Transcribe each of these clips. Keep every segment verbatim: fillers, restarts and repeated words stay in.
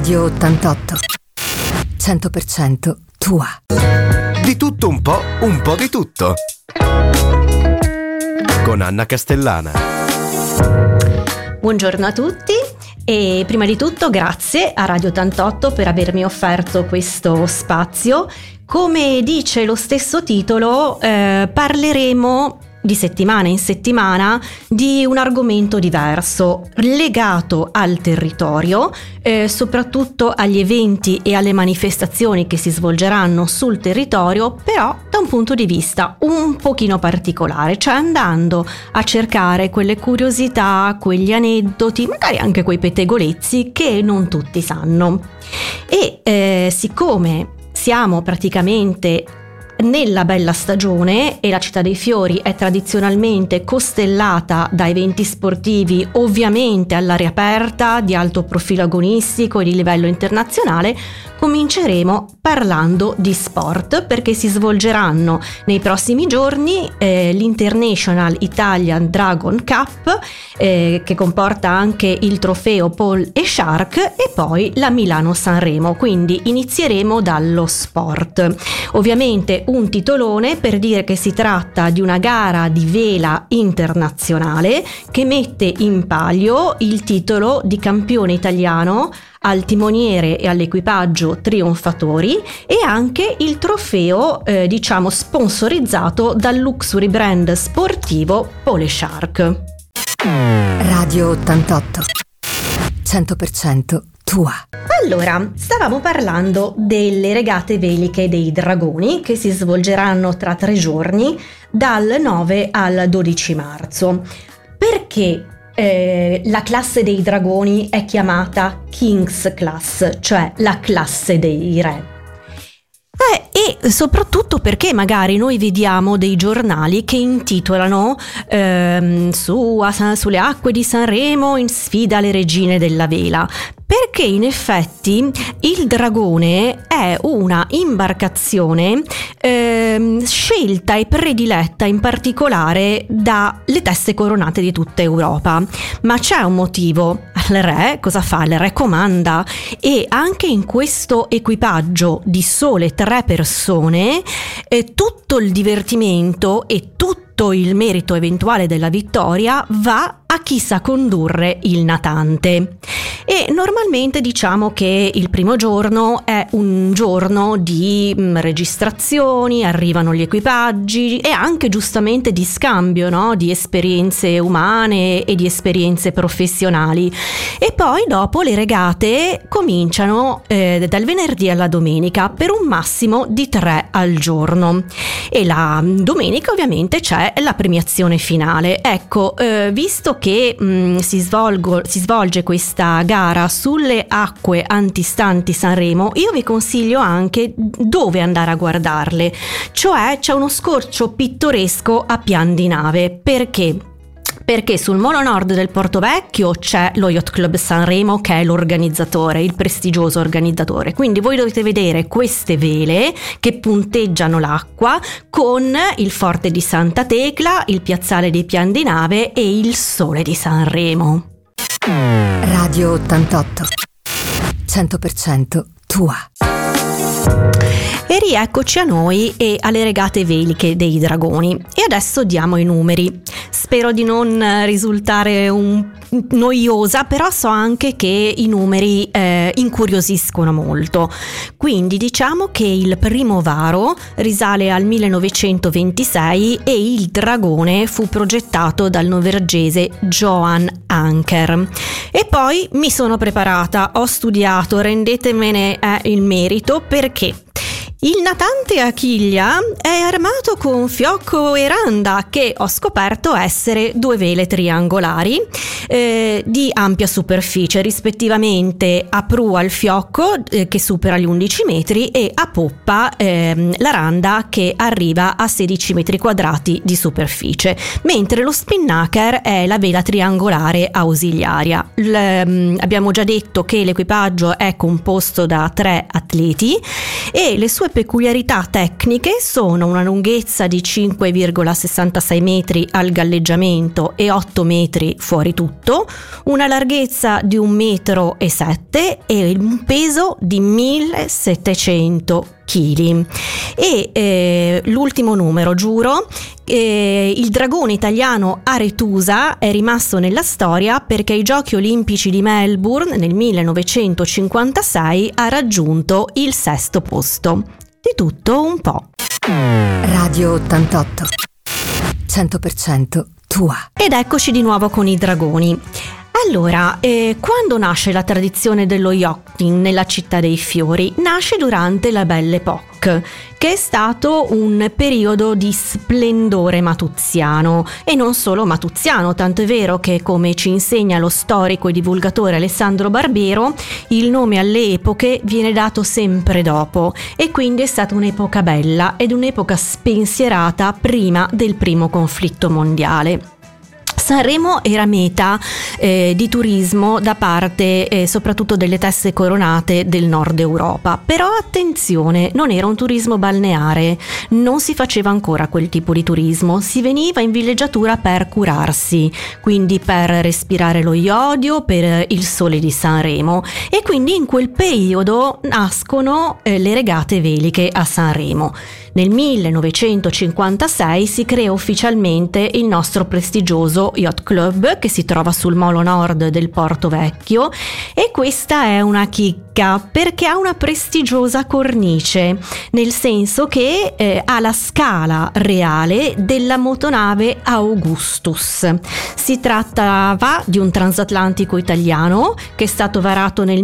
Radio ottantotto, cento per cento tua. Di tutto un po', un po' di tutto. Con Anna Castellana. Buongiorno a tutti e prima di tutto grazie a Radio ottantotto per avermi offerto questo spazio. Come dice lo stesso titolo, eh, parleremo di settimana in settimana di un argomento diverso legato al territorio, eh, soprattutto agli eventi e alle manifestazioni che si svolgeranno sul territorio, però da un punto di vista un pochino particolare, cioè andando a cercare quelle curiosità, quegli aneddoti, magari anche quei pettegolezzi che non tutti sanno. E eh, siccome siamo praticamente nella bella stagione e la Città dei Fiori è tradizionalmente costellata da eventi sportivi, ovviamente all'aria aperta, di alto profilo agonistico e di livello internazionale, cominceremo parlando di sport, perché si svolgeranno nei prossimi giorni eh, l'International Italian Dragon Cup, eh, che comporta anche il trofeo Paul e Shark, e poi la Milano-Sanremo. Quindi inizieremo dallo sport. Ovviamente un titolone per dire che si tratta di una gara di vela internazionale che mette in palio il titolo di campione italiano al timoniere e all'equipaggio trionfatori e anche il trofeo eh, diciamo sponsorizzato dal luxury brand sportivo Pole Shark. Radio ottantotto, cento per cento tua. Allora, stavamo parlando delle regate veliche dei dragoni che si svolgeranno tra tre giorni, dal nove al dodici marzo. Perché Eh, la classe dei dragoni è chiamata King's Class, cioè la classe dei re? Eh, e soprattutto perché magari noi vediamo dei giornali che intitolano ehm, su, a, sulle acque di Sanremo in sfida alle regine della vela. Perché in effetti il dragone è una imbarcazione ehm, scelta e prediletta in particolare dalle teste coronate di tutta Europa. Ma c'è un motivo. Il re cosa fa? Il re comanda, e anche in questo equipaggio di sole tre persone eh, tutto il divertimento e tutto il merito eventuale della vittoria va a chi sa condurre il natante. E normalmente diciamo che il primo giorno è un giorno di mh, registrazioni, arrivano gli equipaggi e anche giustamente di scambio, no? Di esperienze umane e di esperienze professionali. E poi dopo le regate cominciano eh, dal venerdì alla domenica per un massimo di tre al giorno. E la domenica ovviamente c'è la premiazione finale. Ecco, eh, visto che mh, si, svolgo, si svolge questa gara sulle acque antistanti Sanremo, io vi consiglio anche dove andare a guardarle, cioè c'è uno scorcio pittoresco a pian di nave. Perché? Perché sul molo nord del Porto Vecchio c'è lo Yacht Club Sanremo, che è l'organizzatore, il prestigioso organizzatore. Quindi voi dovete vedere queste vele che punteggiano l'acqua con il forte di Santa Tecla, il piazzale dei pian di nave e il sole di Sanremo. Radio ottantotto, cento per cento tua. E rieccoci a noi e alle regate veliche dei dragoni. E adesso diamo i numeri. Spero di non risultare un noiosa, però so anche che i numeri eh, incuriosiscono molto. Quindi diciamo che il primo varo risale al millenovecentoventisei e il dragone fu progettato dal norvegese Johan Anker. E poi mi sono preparata, ho studiato, rendetemene eh, il merito, perché il natante Achiglia è armato con fiocco e randa, che ho scoperto essere due vele triangolari eh, di ampia superficie, rispettivamente a prua il fiocco eh, che supera gli undici metri e a poppa eh, la randa che arriva a sedici metri quadrati di superficie, mentre lo spinnaker è la vela triangolare ausiliaria. L, um, abbiamo già detto che l'equipaggio è composto da tre atleti e le sue sue peculiarità tecniche sono una lunghezza di cinque virgola sessantasei metri al galleggiamento e otto metri fuori tutto, una larghezza di un metro e sette e un peso di millesettecento chili. E eh, l'ultimo numero, giuro, eh, il dragone italiano Aretusa è rimasto nella storia perché ai Giochi Olimpici di Melbourne nel millenovecentocinquantasei ha raggiunto il sesto posto. Di tutto un po'. Radio ottantotto, cento per cento tua. Ed eccoci di nuovo con i dragoni. Allora, eh, quando nasce la tradizione dello yachting nella città dei fiori? Nasce durante la Belle Époque, che è stato un periodo di splendore matuziano, e non solo matuziano, tanto è vero che, come ci insegna lo storico e divulgatore Alessandro Barbero, il nome alle epoche viene dato sempre dopo, e quindi è stata un'epoca bella ed un'epoca spensierata prima del primo conflitto mondiale. Sanremo era meta eh, di turismo da parte eh, soprattutto delle teste coronate del nord Europa, però attenzione, non era un turismo balneare, non si faceva ancora quel tipo di turismo, si veniva in villeggiatura per curarsi, quindi per respirare lo iodio, per il sole di Sanremo, e quindi in quel periodo nascono eh, le regate veliche a Sanremo. Nel millenovecentocinquantasei si crea ufficialmente il nostro prestigioso Yacht Club, che si trova sul molo nord del Porto Vecchio, e questa è una chicca perché ha una prestigiosa cornice, nel senso che eh, ha la scala reale della motonave Augustus. Si trattava di un transatlantico italiano che è stato varato nel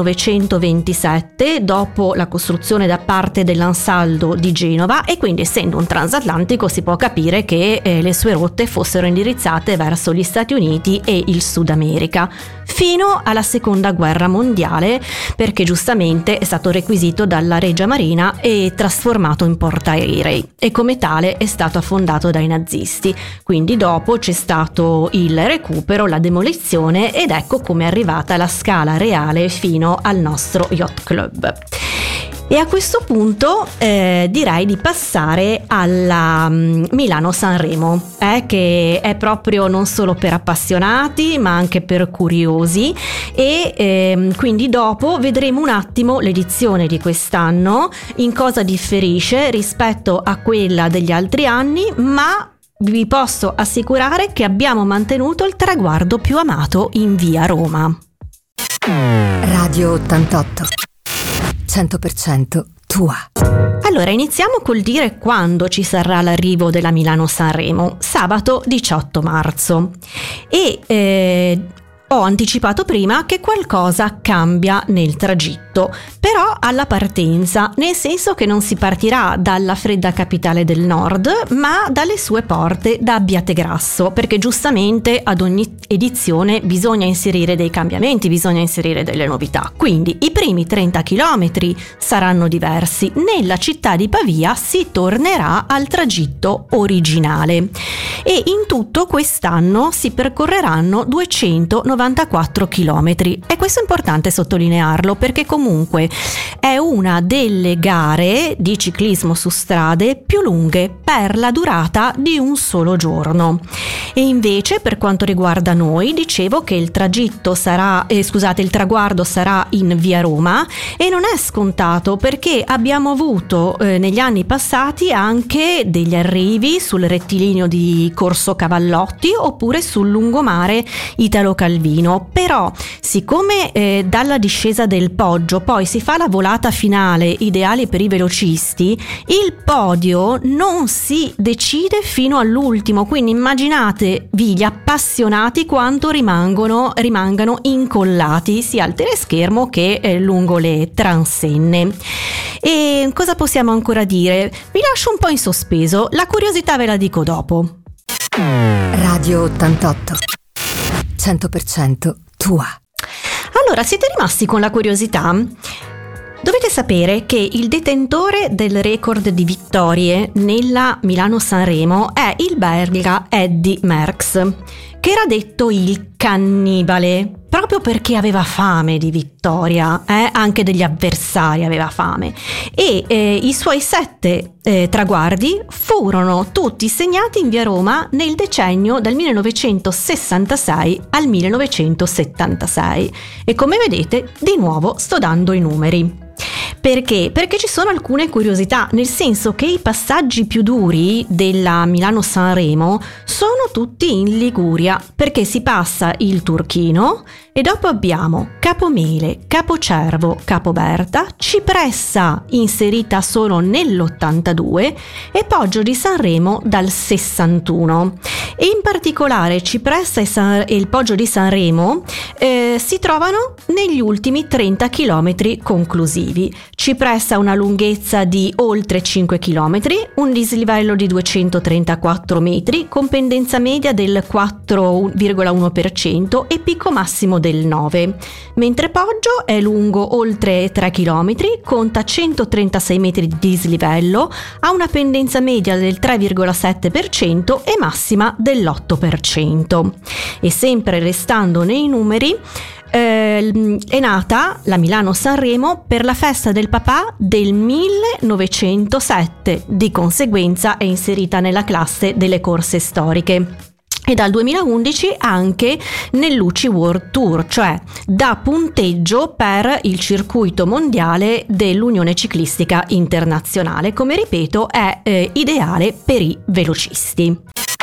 millenovecentoventisette dopo la costruzione da parte dell'Ansaldo di Genova, e quindi, essendo un transatlantico, si può capire che eh, le sue rotte fossero indirizzate verso gli Stati Uniti e il Sud America fino alla seconda guerra mondiale, perché giustamente è stato requisito dalla Regia Marina e trasformato in portaerei, e come tale è stato affondato dai nazisti. Quindi dopo c'è stato il recupero, la demolizione, ed ecco come è arrivata la scala reale fino al nostro Yacht Club. E a questo punto eh, direi di passare alla um, Milano-Sanremo, eh, che è proprio non solo per appassionati ma anche per curiosi, e ehm, quindi dopo vedremo un attimo l'edizione di quest'anno, in cosa differisce rispetto a quella degli altri anni, ma vi posso assicurare che abbiamo mantenuto il traguardo più amato in via Roma. Radio ottantotto, cento per cento tua. Allora, iniziamo col dire quando ci sarà l'arrivo della Milano-Sanremo: sabato diciotto marzo. E eh, ho anticipato prima che qualcosa cambia nel tragitto, però alla partenza, nel senso che non si partirà dalla fredda capitale del nord, ma dalle sue porte, da Abbiategrasso, perché giustamente ad ogni edizione bisogna inserire dei cambiamenti, bisogna inserire delle novità. Quindi i primi trenta chilometri saranno diversi. Nella città di Pavia si tornerà al tragitto originale, e in tutto quest'anno si percorreranno duecentonovantaquattro chilometri, e questo è importante sottolinearlo perché comunque è una delle gare di ciclismo su strade più lunghe per la durata di un solo giorno. E invece, per quanto riguarda noi, dicevo che il tragitto sarà eh, scusate il traguardo sarà in via Roma, e non è scontato perché abbiamo avuto eh, negli anni passati anche degli arrivi sul rettilineo di Corso Cavallotti oppure sul lungomare Italo Calvino. Però siccome eh, dalla discesa del Poggio poi si fa la volata finale ideale per i velocisti, il podio non si decide fino all'ultimo, quindi immaginatevi gli appassionati quanto rimangono rimangano incollati sia al teleschermo che eh, lungo le transenne. E cosa possiamo ancora dire? Vi lascio un po' in sospeso, la curiosità ve la dico dopo. Radio ottantotto, cento per cento tua. Allora, siete rimasti con la curiosità? Dovete sapere che il detentore del record di vittorie nella Milano-Sanremo è il belga Eddy Merckx, che era detto il cannibale. proprio perché aveva fame di vittoria, eh? Anche degli avversari aveva fame, e eh, i suoi sette eh, traguardi furono tutti segnati in via Roma nel decennio dal millenovecentosessantasei al millenovecentosettantasei, e come vedete di nuovo sto dando i numeri. Perché? Perché ci sono alcune curiosità, nel senso che i passaggi più duri della Milano-Sanremo sono tutti in Liguria, perché si passa il Turchino e dopo abbiamo Capomele, Capocervo, Capoberta, Cipressa inserita solo nell'ottantadue e Poggio di Sanremo dal sessantuno. E in particolare Cipressa e, San- e il Poggio di Sanremo eh, si trovano negli ultimi trenta chilometri conclusivi. Cipressa ha una lunghezza di oltre cinque chilometri, un dislivello di duecentotrentaquattro metri con pendenza media del quattro virgola uno per cento e picco massimo del nove, mentre Poggio è lungo oltre tre chilometri, conta centotrentasei metri di dislivello, ha una pendenza media del tre virgola sette per cento e massima dell'otto per cento. E sempre restando nei numeri, Eh, è nata la Milano-Sanremo per la festa del papà del millenovecentosette, di conseguenza è inserita nella classe delle corse storiche. E dal duemilaundici anche nell'U C I World Tour, cioè da punteggio per il circuito mondiale dell'Unione Ciclistica Internazionale. Come ripeto, è eh, ideale per i velocisti.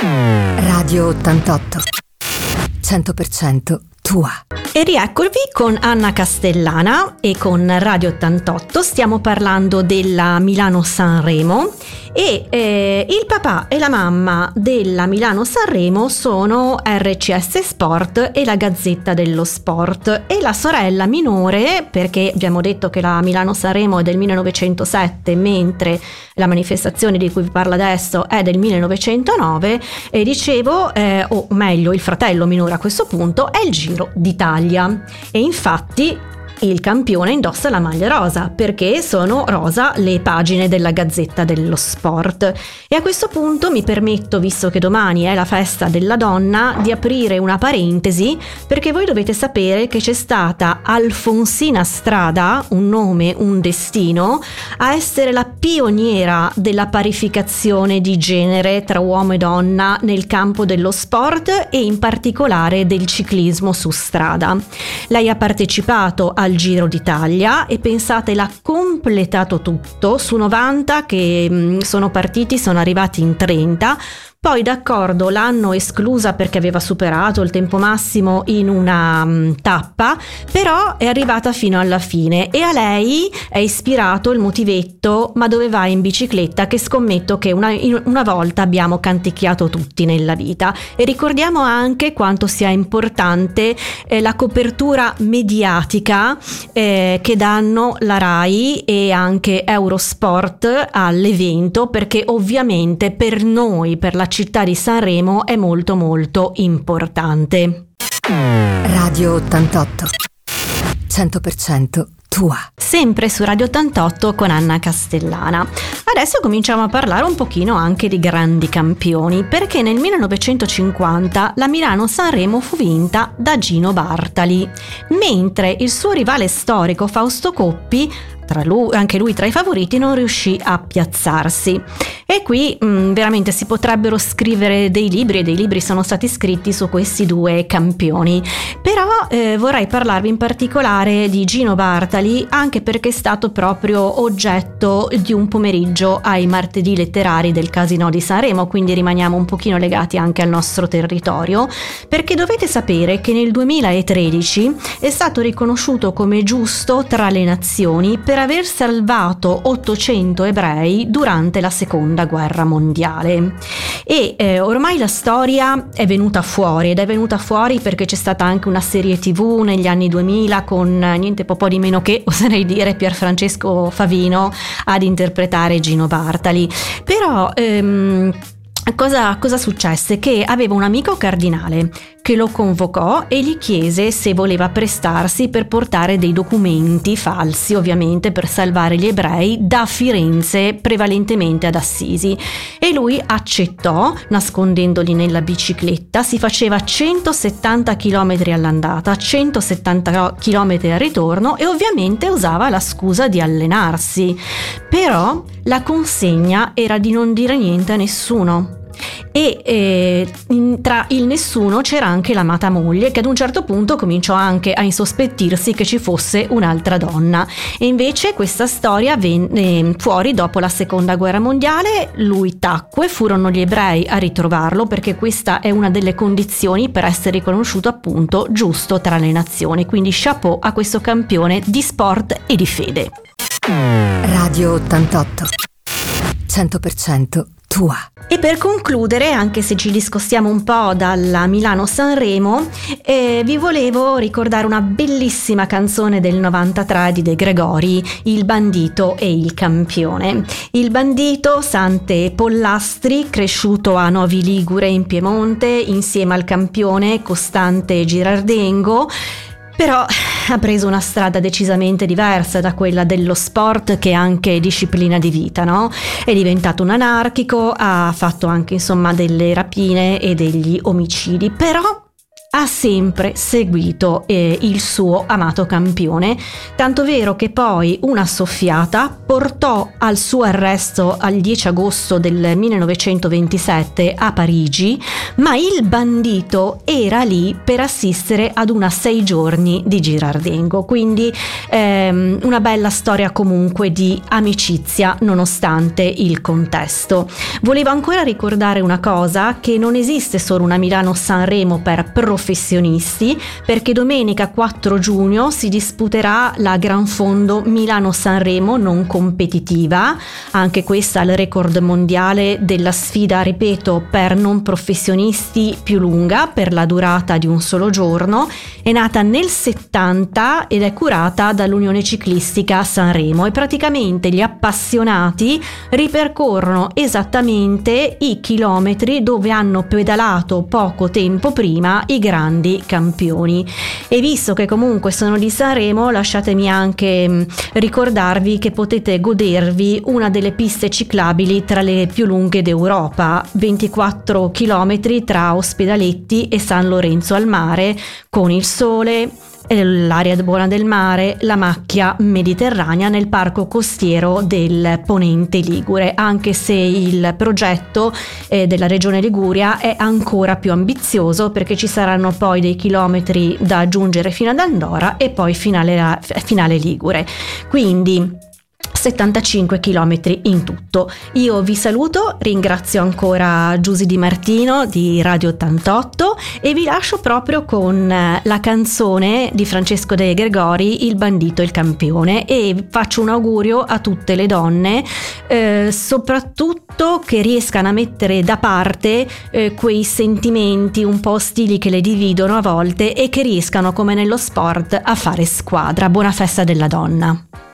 Radio ottantotto, cento per cento tua. E rieccovi con Anna Castellana e con Radio ottantotto. Stiamo parlando della Milano-Sanremo e eh, il papà e la mamma della Milano-Sanremo sono R C S Sport e la Gazzetta dello Sport, e la sorella minore, perché abbiamo detto che la Milano-Sanremo è del millenovecentosette mentre la manifestazione di cui vi parlo adesso è del millenovecentonove, e dicevo eh, o meglio il fratello minore a questo punto è il Giro d'Italia, e infatti il campione indossa la maglia rosa perché sono rosa le pagine della Gazzetta dello Sport. E a questo punto mi permetto, visto che domani è la festa della donna, di aprire una parentesi, perché voi dovete sapere che c'è stata Alfonsina Strada, un nome, un destino, a essere la pioniera della parificazione di genere tra uomo e donna nel campo dello sport e in particolare del ciclismo su strada. Lei ha partecipato al Giro d'Italia e pensate l'ha completato tutto, su novanta che mh, sono partiti sono arrivati in trenta. Poi d'accordo l'hanno esclusa perché aveva superato il tempo massimo in una um, tappa, però è arrivata fino alla fine, e a lei è ispirato il motivetto "ma dove vai in bicicletta", che scommetto che una, una volta abbiamo canticchiato tutti nella vita. E ricordiamo anche quanto sia importante eh, la copertura mediatica eh, che danno la Rai e anche Eurosport all'evento, perché ovviamente per noi, per la città di Sanremo, è molto molto importante. Radio ottantotto, cento per cento tua. Sempre su Radio ottantotto con Anna Castellana. Adesso cominciamo a parlare un pochino anche di grandi campioni, perché nel millenovecentocinquanta la Milano-Sanremo fu vinta da Gino Bartali, mentre il suo rivale storico Fausto Coppi, tra lui, anche lui tra i favoriti, non riuscì a piazzarsi. E qui mh, veramente si potrebbero scrivere dei libri, e dei libri sono stati scritti su questi due campioni. Però eh, vorrei parlarvi in particolare di Gino Bartali, anche perché è stato proprio oggetto di un pomeriggio ai martedì letterari del Casino di Sanremo, quindi rimaniamo un pochino legati anche al nostro territorio, perché dovete sapere che nel duemilatredici è stato riconosciuto come giusto tra le nazioni per aver salvato ottocento ebrei durante la seconda guerra mondiale. E eh, ormai la storia è venuta fuori, ed è venuta fuori perché c'è stata anche una serie tv negli anni duemila con eh, niente po' di meno che, oserei dire, Pierfrancesco Favino ad interpretare Gino Bartali. Però ehm, Cosa, cosa successe? Che aveva un amico cardinale che lo convocò e gli chiese se voleva prestarsi per portare dei documenti falsi, ovviamente per salvare gli ebrei, da Firenze prevalentemente ad Assisi, e lui accettò, nascondendoli nella bicicletta. Si faceva centosettanta chilometri all'andata, centosettanta chilometri al ritorno, e ovviamente usava la scusa di allenarsi, però la consegna era di non dire niente a nessuno. E eh, in, tra il nessuno c'era anche l'amata moglie, che ad un certo punto cominciò anche a insospettirsi che ci fosse un'altra donna, e invece questa storia venne fuori dopo la seconda guerra mondiale. Lui tacque, furono gli ebrei a ritrovarlo, perché questa è una delle condizioni per essere riconosciuto appunto giusto tra le nazioni. Quindi chapeau a questo campione di sport e di fede. Radio ottantotto, cento per cento tua. E per concludere, anche se ci discostiamo un po' dalla Milano-Sanremo, eh, vi volevo ricordare una bellissima canzone del novantatré di De Gregori, Il bandito e il campione. Il bandito, Sante Pollastri, cresciuto a Novi Ligure in Piemonte, insieme al campione Costante Girardengo, però ha preso una strada decisamente diversa da quella dello sport, che è anche disciplina di vita, no? È diventato un anarchico, ha fatto anche insomma delle rapine e degli omicidi, però ha sempre seguito eh, il suo amato campione, tanto vero che poi una soffiata portò al suo arresto al dieci agosto del millenovecentoventisette a Parigi, ma il bandito era lì per assistere ad una sei giorni di Girardengo, quindi ehm, una bella storia comunque di amicizia nonostante il contesto. Volevo ancora ricordare una cosa, che non esiste solo una Milano-Sanremo per professionisti, perché domenica quattro giugno si disputerà la Gran Fondo Milano-Sanremo non competitiva, anche questa al record mondiale della sfida, ripeto, per non professionisti più lunga, per la durata di un solo giorno. È nata nel settanta ed è curata dall'Unione Ciclistica Sanremo, e praticamente gli appassionati ripercorrono esattamente i chilometri dove hanno pedalato poco tempo prima i grandi campioni. E visto che comunque sono di Sanremo, lasciatemi anche mh, ricordarvi che potete godervi una delle piste ciclabili tra le più lunghe d'Europa, ventiquattro chilometri tra Ospedaletti e San Lorenzo al Mare, con il sole, l'aria buona del mare, la macchia mediterranea nel parco costiero del Ponente Ligure, anche se il progetto eh, della regione Liguria è ancora più ambizioso, perché ci saranno poi dei chilometri da aggiungere fino ad Andorra e poi finale, finale Ligure, quindi settantacinque chilometri in tutto. Io vi saluto, ringrazio ancora Giusy Di Martino di Radio ottantotto e vi lascio proprio con la canzone di Francesco De Gregori, Il bandito e il campione, e faccio un augurio a tutte le donne, eh, soprattutto che riescano a mettere da parte eh, quei sentimenti un po' ostili che le dividono a volte, e che riescano, come nello sport, a fare squadra. Buona festa della donna.